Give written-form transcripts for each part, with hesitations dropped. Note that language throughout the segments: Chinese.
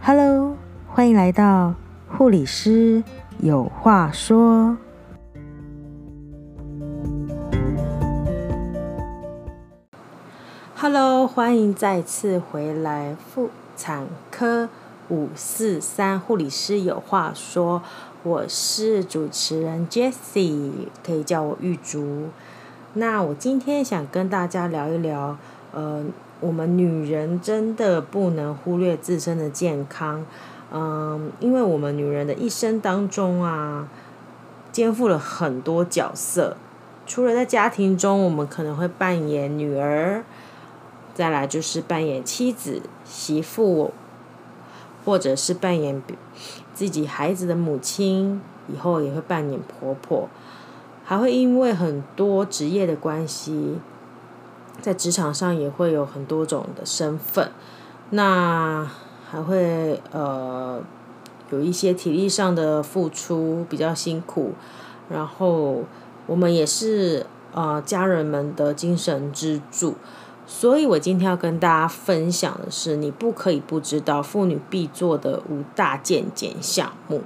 Hello， 欢迎来到护理师有话说。Hello， 欢迎再次回来妇产科543护理师有话说。我是主持人 Jessie， 可以叫我玉竹。那我今天想跟大家聊一聊，我们女人真的不能忽略自身的健康。因为我们女人的一生当中啊，肩负了很多角色。除了在家庭中，我们可能会扮演女儿，再来就是扮演妻子、媳妇，或者是扮演自己孩子的母亲，以后也会扮演婆婆，还会因为很多职业的关系，在职场上也会有很多种的身份。那还会有一些体力上的付出，比较辛苦。然后我们也是家人们的精神支柱。所以我今天要跟大家分享的是，你不可以不知道妇女必做的5大健检项目。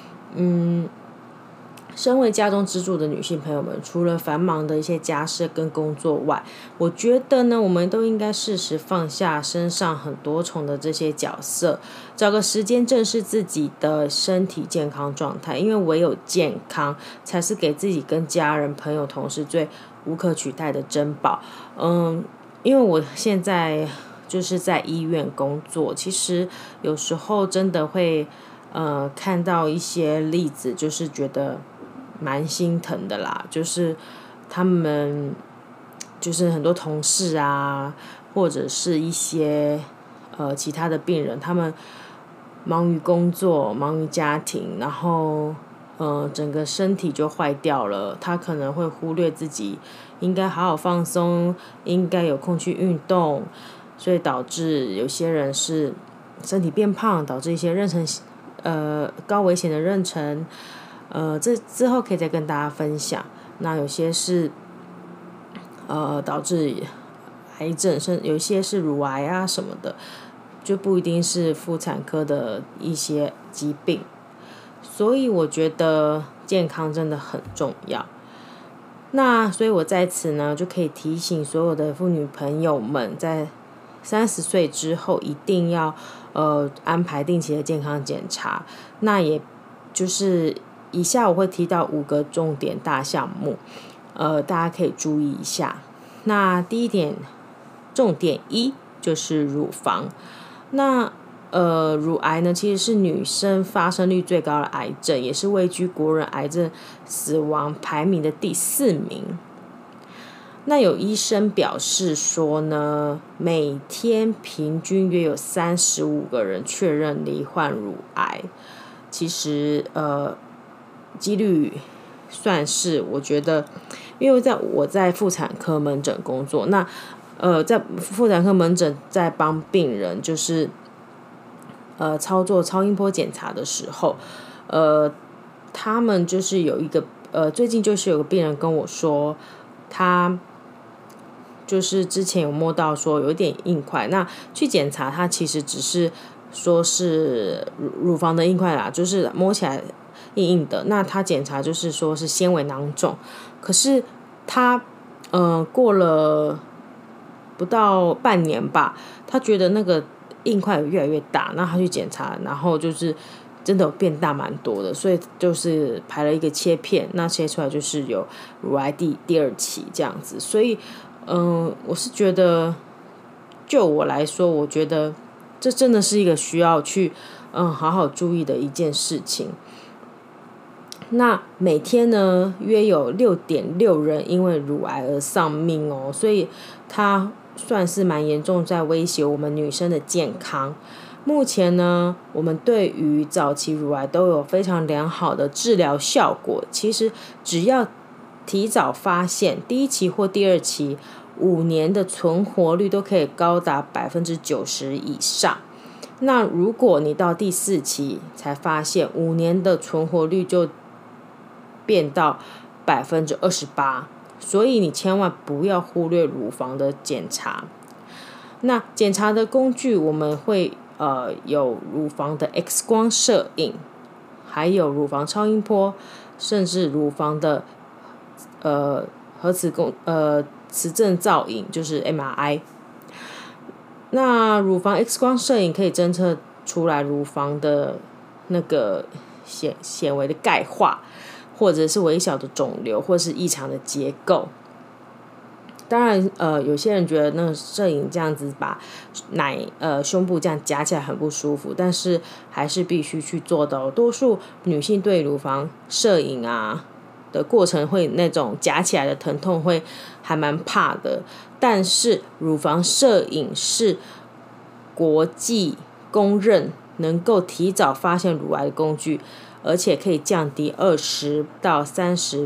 身为家中支柱的女性朋友们，除了繁忙的一些家事跟工作外，我觉得呢，我们都应该适时放下身上很多重的这些角色，找个时间正视自己的身体健康状态，因为唯有健康才是给自己跟家人、朋友、同事最无可取代的珍宝。因为我现在就是在医院工作，其实有时候真的会看到一些例子，就是觉得蛮心疼的啦。就是他们就是很多同事啊，或者是一些其他的病人，他们忙于工作，忙于家庭，然后整个身体就坏掉了。他可能会忽略自己应该好好放松，应该有空去运动，所以导致有些人是身体变胖，导致一些妊娠高危险的妊娠。这之后可以再跟大家分享。那有些是导致癌症，有些是乳癌啊什么的，就不一定是妇产科的一些疾病。所以我觉得健康真的很重要。那所以我在此呢，就可以提醒所有的妇女朋友们，在30岁之后一定要安排定期的健康检查。那也就是以下我会提到5个重点大项目，大家可以注意一下。那第一点，重点1就是乳房。那乳癌呢，其实是女生发生率最高的癌症，也是位居国人癌症死亡排名的第4名。那有医生表示说呢，每天平均约有35个人确认罹患乳癌。其实几率算是，我觉得，因为我在妇产科门诊工作，那在妇产科门诊在帮病人就是操作超音波检查的时候，他们就是有一个最近就是有个病人跟我说，他就是之前有摸到说有一点硬块，那去检查他其实只是说是乳房的硬块啦，就是摸起来硬硬的。那他检查就是说是纤维囊肿，可是他过了不到半年吧，他觉得那个硬块有越来越大，那他去检查，然后就是真的有变大蛮多的，所以就是排了一个切片，那切出来就是有乳癌第2期这样子。所以我是觉得，就我来说，我觉得这真的是一个需要去好好注意的一件事情。那每天呢，约有6.6人因为乳癌而丧命哦，所以它算是蛮严重，在威胁我们女生的健康。目前呢，我们对于早期乳癌都有非常良好的治疗效果。其实只要提早发现，第1期或第2期5年的存活率都可以高达90%以上。那如果你到第4期才发现，5年的存活率就变到28%，所以你千万不要忽略乳房的检查。那检查的工具我们会有乳房的 X 光摄影，还有乳房超音波，甚至乳房的磁振造影，就是 MRI。那乳房 X 光摄影可以侦测出来乳房的那个显微的钙化，或者是微小的肿瘤，或是异常的结构。当然，有些人觉得那个摄影这样子把胸部这样夹起来很不舒服，但是还是必须去做的哦。多数女性对乳房摄影的过程会那种夹起来的疼痛会还蛮怕的，但是乳房摄影是国际公认能够提早发现乳癌的工具，而且可以降低20到30%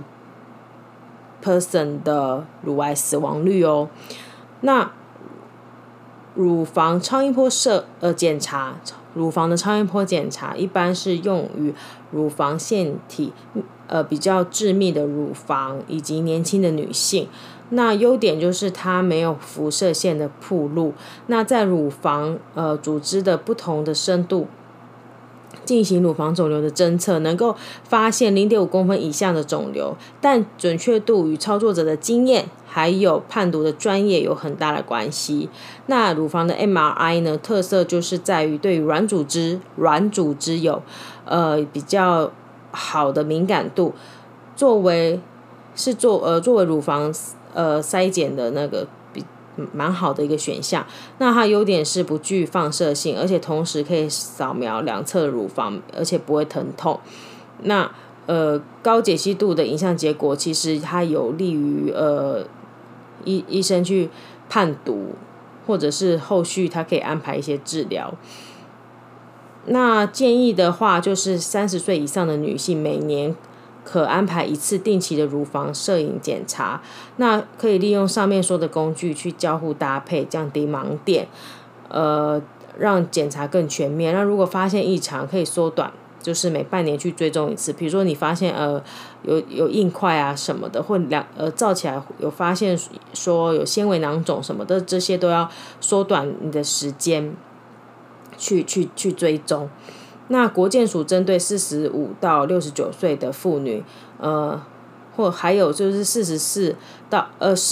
的乳癌死亡率哦。那乳房超音波检查，乳房的超音波检查一般是用于乳房腺体比较致密的乳房以及年轻的女性。那优点就是它没有辐射线的暴露，那在乳房组织的不同的深度进行乳房肿瘤的侦测，能够发现0.5公分以下的肿瘤，但准确度与操作者的经验还有判读的专业有很大的关系。那乳房的 MRI 呢，特色就是在于对于软组织有比较好的敏感度，作为乳房筛检的那个蛮好的一个选项。那它优点是不具放射性，而且同时可以扫描两侧的乳房，而且不会疼痛。那高解析度的影像结果，其实它有利于医生去判读，或者是后续他可以安排一些治疗。那建议的话，就是30岁以上的女性每年可安排一次定期的乳房摄影检查，那可以利用上面说的工具去交互搭配，降低盲点，让检查更全面。那如果发现异常，可以缩短，就是每半年去追踪一次。比如说你发现有硬块啊什么的，或照起来有发现说有纤维囊肿什么的，这些都要缩短你的时间去追踪。那国健署针对45到69岁的妇女，或还有就是40到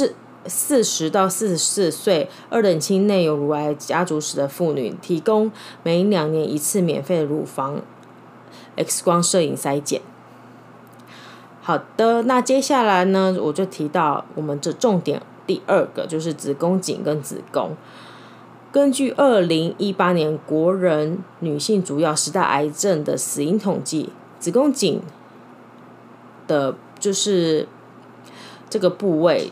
44岁2等亲内有乳癌家族史的妇女，提供每2年一次免费的乳房 X 光摄影筛检。好的，那接下来呢，我就提到我们这重点第2个，就是子宫颈跟子宫。根据2018年国人女性主要10大癌症的死因统计，子宫颈的就是这个部位，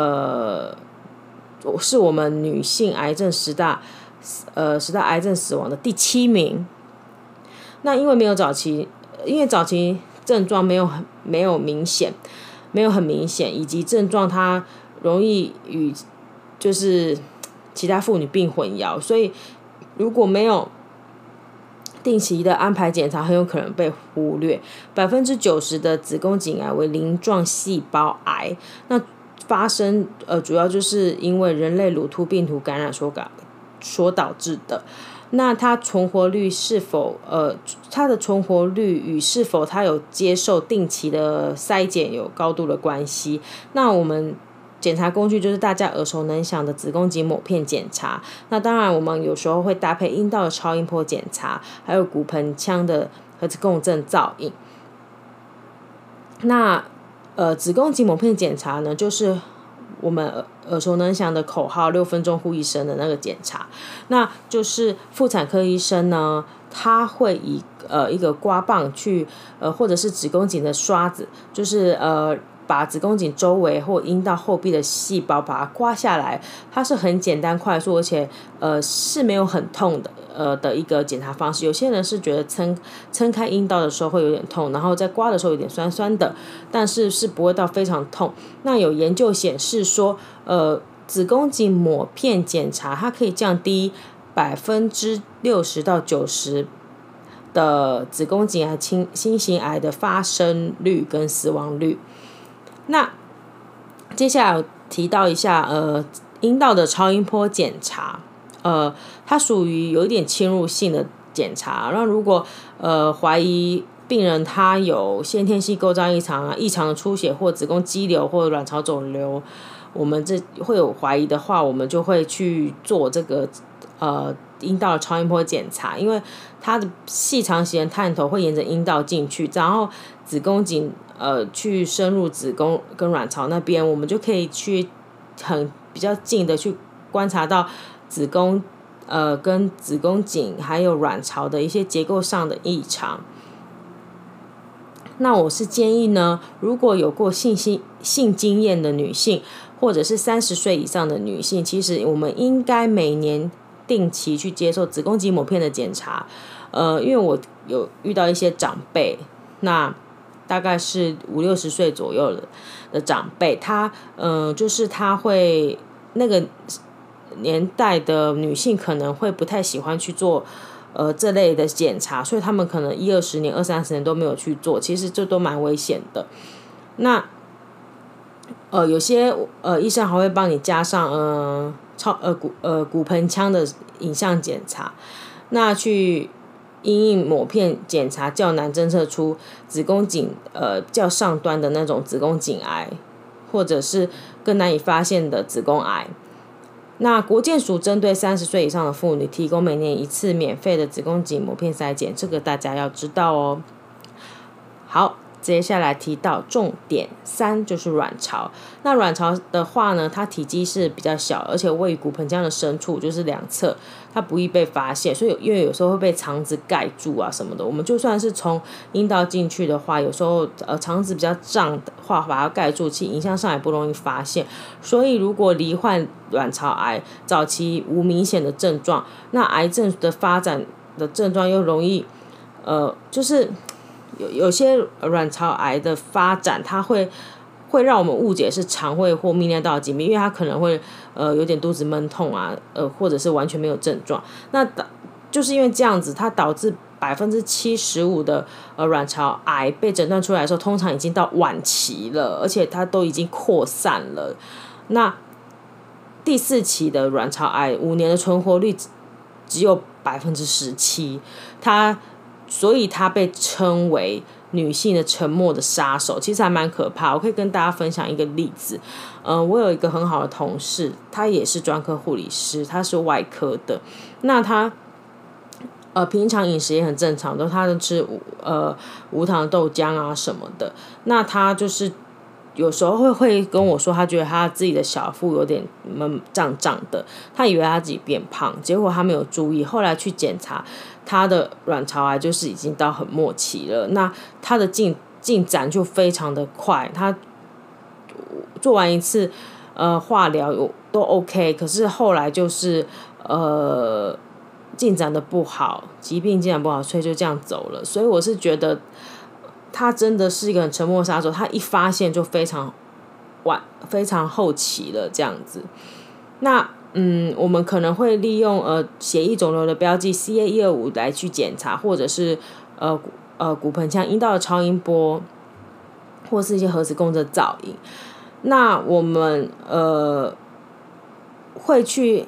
是我们女性癌症10大癌症死亡的第7名。那因为早期症状没有很明显，以及症状它容易与就是其他妇女并混淆，所以如果没有定期的安排检查，很有可能被忽略。90%的子宫颈癌为鳞状细胞癌，那发生主要就是因为人类乳突病毒感染所导致的。那它的存活率与是否它有接受定期的筛检有高度的关系。那我们检查工具就是大家耳熟能详的子宫颈抹片检查，那当然我们有时候会搭配阴道的超音波检查，还有骨盆腔的核磁共振造影。那子宫颈抹片检查呢，就是我们耳熟能详的口号6分钟护一生的那个检查。那就是妇产科医生呢，他会以一个刮棒去或者是子宫颈的刷子，就是把子宫颈周围或阴道后壁的细胞把它刮下来，它是很简单快速，而且是没有很痛的一个检查方式。有些人是觉得撑开阴道的时候会有点痛，然后在刮的时候有点酸酸的，但是不会到非常痛。那有研究显示说，子宫颈抹片检查它可以降低60%到90%的子宫颈癌新型癌的发生率跟死亡率。那接下来提到一下阴道的超音波检查。 它属于有一点侵入性的检查。那如果怀疑病人他有先天性构造异常啊、异常的出血或子宫肌瘤或卵巢肿瘤，我们这会有怀疑的话，我们就会去做这个阴道的超音波检查，因为它的细长型的探头会沿着阴道进去，然后子宫颈去深入子宫跟卵巢那边，我们就可以去比较近的去观察到子宫跟子宫颈还有卵巢的一些结构上的异常。那我是建议呢，如果有过性经验的女性，或者是30岁以上的女性，其实我们应该每年定期去接受子宫颈抹片的检查。因为我有遇到一些长辈，那大概是50-60岁左右的长辈，就是他会那个年代的女性可能会不太喜欢去做这类的检查，所以他们可能20-20年、20-30年都没有去做，其实这都蛮危险的。那有些医生还会帮你加上骨盆腔的影像检查，那去因应抹片检查较难侦测出子宫颈较上端的那种子宫颈癌，或者是更难以发现的子宫癌。那国健署针对30岁以上的妇女提供每年1次免费的子宫颈抹片筛检，这个大家要知道哦。好，接下来提到重点3，就是卵巢。那卵巢的话呢，它体积是比较小，而且位于骨盆腔的深处，就是两侧，它不易被发现，所以因为有时候会被肠子盖住啊什么的，我们就算是从阴道进去的话，有时候肠子比较胀的话，把它盖住，其实影像上也不容易发现。所以如果罹患卵巢癌，早期无明显的症状，那癌症的发展的症状又容易就是有些卵巢癌的发展，它会让我们误解是肠胃或泌尿道疾病，因为它可能会有点肚子闷痛啊，或者是完全没有症状。那就是因为这样子，它导致75%的卵巢癌被诊断出来的时候，通常已经到晚期了，而且它都已经扩散了。那第4期的卵巢癌5年的存活率只有17%，所以它被称为女性的沉默的杀手，其实还蛮可怕。我可以跟大家分享一个例子。我有一个很好的同事，他也是专科护理师，他是外科的。那他平常饮食也很正常，他都吃无糖豆浆啊什么的。那他就是有时候会跟我说，他觉得他自己的小腹有点胀胀的，他以为他自己变胖，结果他没有注意，后来去检查，他的卵巢癌就是已经到很末期了。那他的进展就非常的快，他做完一次化疗都 OK， 可是后来就是进展的不好，疾病进展不好，所以就这样走了。所以我是觉得他真的是一个很沉默杀手，他一发现就非常后期了这样子。那我们可能会利用血液肿瘤的标记 CA125 来去检查，或者是骨盆腔阴道的超音波，或是一些核磁共振造影。那我们会去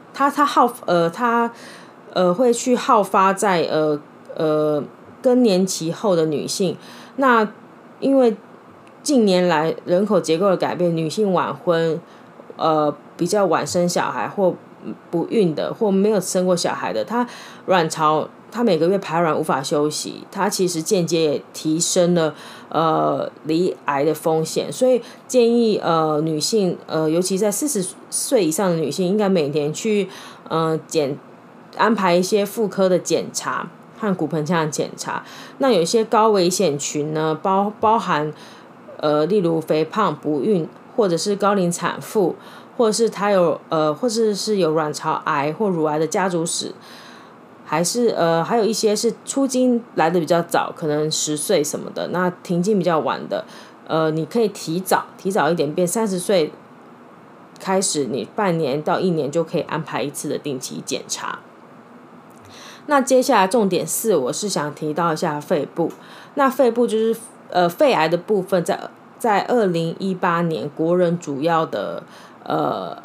会去好发在更年期后的女性。那因为近年来人口结构的改变，女性晚婚比较晚生小孩或不孕的或没有生过小孩的，她卵巢她每个月排卵无法休息，她其实间接也提升了罹癌的风险。所以建议女性尤其在40岁以上的女性，应该每年去安排一些妇科的检查和骨盆腔的检查。那有一些高危险群呢，包含例如肥胖、不孕，或者是高龄产妇，或者是她或者是有卵巢癌或乳癌的家族史，还有一些是出经来的比较早，可能10岁什么的，那停经比较晚的，你可以提早一点，变30岁开始，你半年到1年就可以安排1次的定期检查。那接下来重点4，我是想提到一下肺部。那肺部就是肺癌的部分，在2018年国人主要的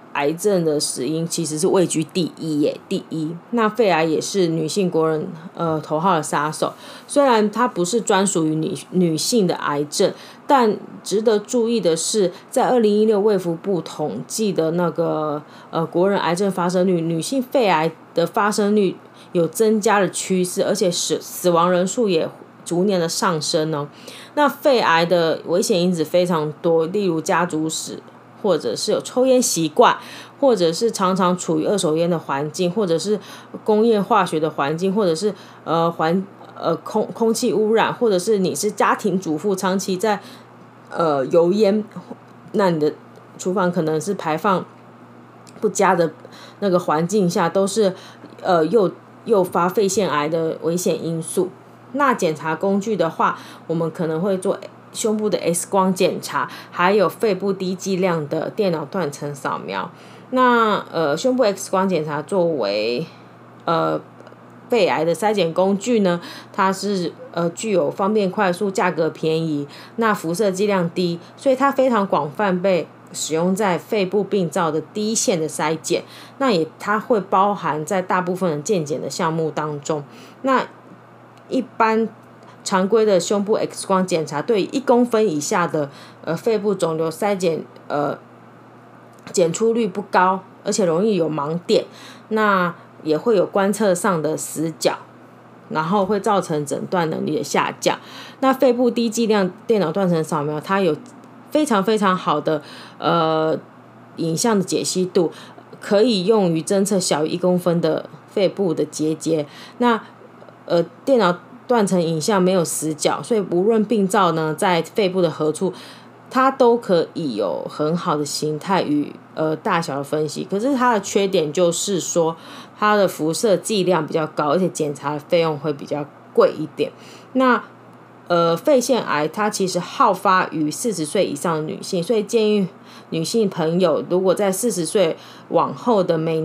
癌症的死因其实是位居第一。那肺癌也是女性国人头号的杀手，虽然它不是专属于女性的癌症，但值得注意的是，在2016卫福部统计的那个国人癌症发生率，女性肺癌的发生率有增加的趋势，而且死亡人数也逐年的上升哦。那肺癌的危险因子非常多，例如家族史，或者是有抽烟习惯，或者是常常处于二手烟的环境，或者是工业化学的环境，或者是空气污染，或者是你是家庭主妇长期在油烟，那你的厨房可能是排放不佳的那个环境下，都是诱发肺腺癌的危险因素。那检查工具的话，我们可能会做胸部的 X 光检查，还有肺部低剂量的电脑断层扫描。那胸部 X 光检查作为肺癌的筛检工具呢，它是具有方便快速、价格便宜，那辐射剂量低，所以它非常广泛被使用在肺部病灶的第一线的筛检。那它会包含在大部分的健检的项目当中。那一般常规的胸部 X 光检查对1公分以下的肺部肿瘤筛检检出率不高，而且容易有盲点，那也会有观测上的死角，然后会造成诊断能力的下降。那肺部低剂量电脑断层扫描，它有非常非常好的影像的解析度，可以用于侦测小于1公分的肺部的结节。那电脑断层影像没有死角，所以无论病灶呢在肺部的何处，它都可以有很好的形态与大小的分析。可是它的缺点就是说，它的辐射剂量比较高，而且检查的费用会比较贵一点。那肺腺癌它其实好发于40岁以上的女性，所以建议女性朋友如果在40岁往后的每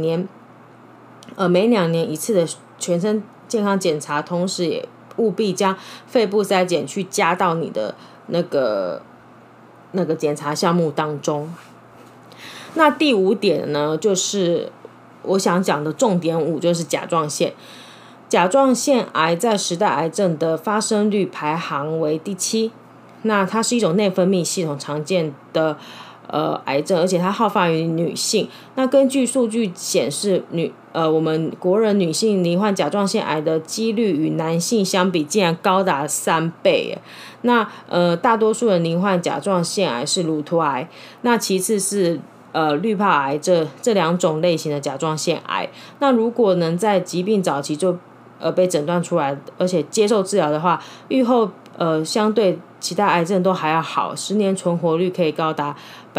2年一次的全身健康检查，同时也务必将肺部筛检去加到你的那个检查项目当中。那第5点呢，就是我想讲的重点5，就是甲状腺。甲状腺癌在10大癌症的发生率排行为第7。那它是一种内分泌系统常见的癌症，而且它好发于女性。那根据数据显示，我们国人女性罹患甲状腺癌的几率与男性相比，竟然高达3倍。那大多数人罹患甲状腺癌是乳头癌，那其次是滤泡癌这2种类型的甲状腺癌。那如果能在疾病早期就被诊断出来，而且接受治疗的话，预后相对其他癌症都还要好，10年存活率可以高达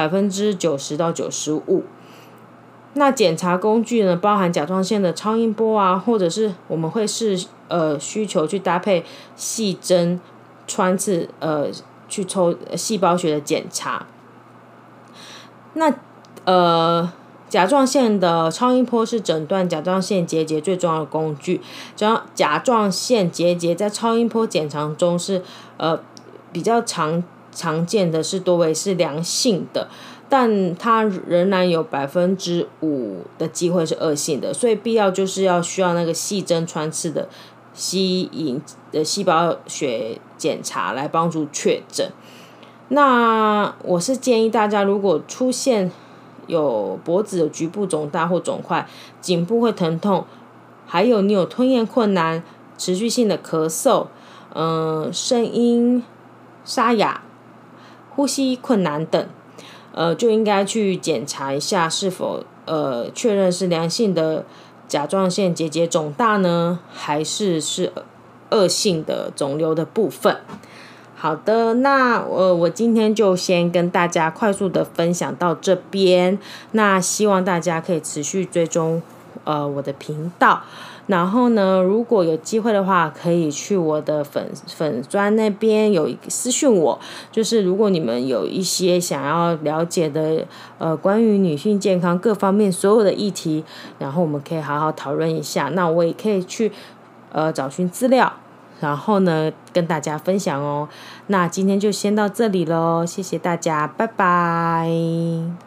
90%到95%。那检查工具呢，包含甲状腺的超音波啊，或者是我们会需求去搭配细针穿刺去抽细胞学的检查。那甲状腺的超音波是诊断甲状腺结节最重要的工具。甲状腺结节在超音波检查中是比较常见的是多为是良性的，但它仍然有5%的机会是恶性的，所以必要就是需要那个细针穿刺的细胞学检查来帮助确诊。那我是建议大家，如果出现有脖子有局部肿大或肿块，颈部会疼痛，还有你有吞咽困难、持续性的咳嗽，声音沙哑、呼吸困难等，就应该去检查一下是否确认是良性的甲状腺结节肿大呢，还是恶性的肿瘤的部分。好的，那我今天就先跟大家快速的分享到这边。那希望大家可以持续追踪我的频道，然后呢，如果有机会的话，可以去我的粉专那边私讯我，就是如果你们有一些想要了解的关于女性健康各方面所有的议题，然后我们可以好好讨论一下。那我也可以去找寻资料，然后呢跟大家分享哦。那今天就先到这里咯，谢谢大家，拜拜。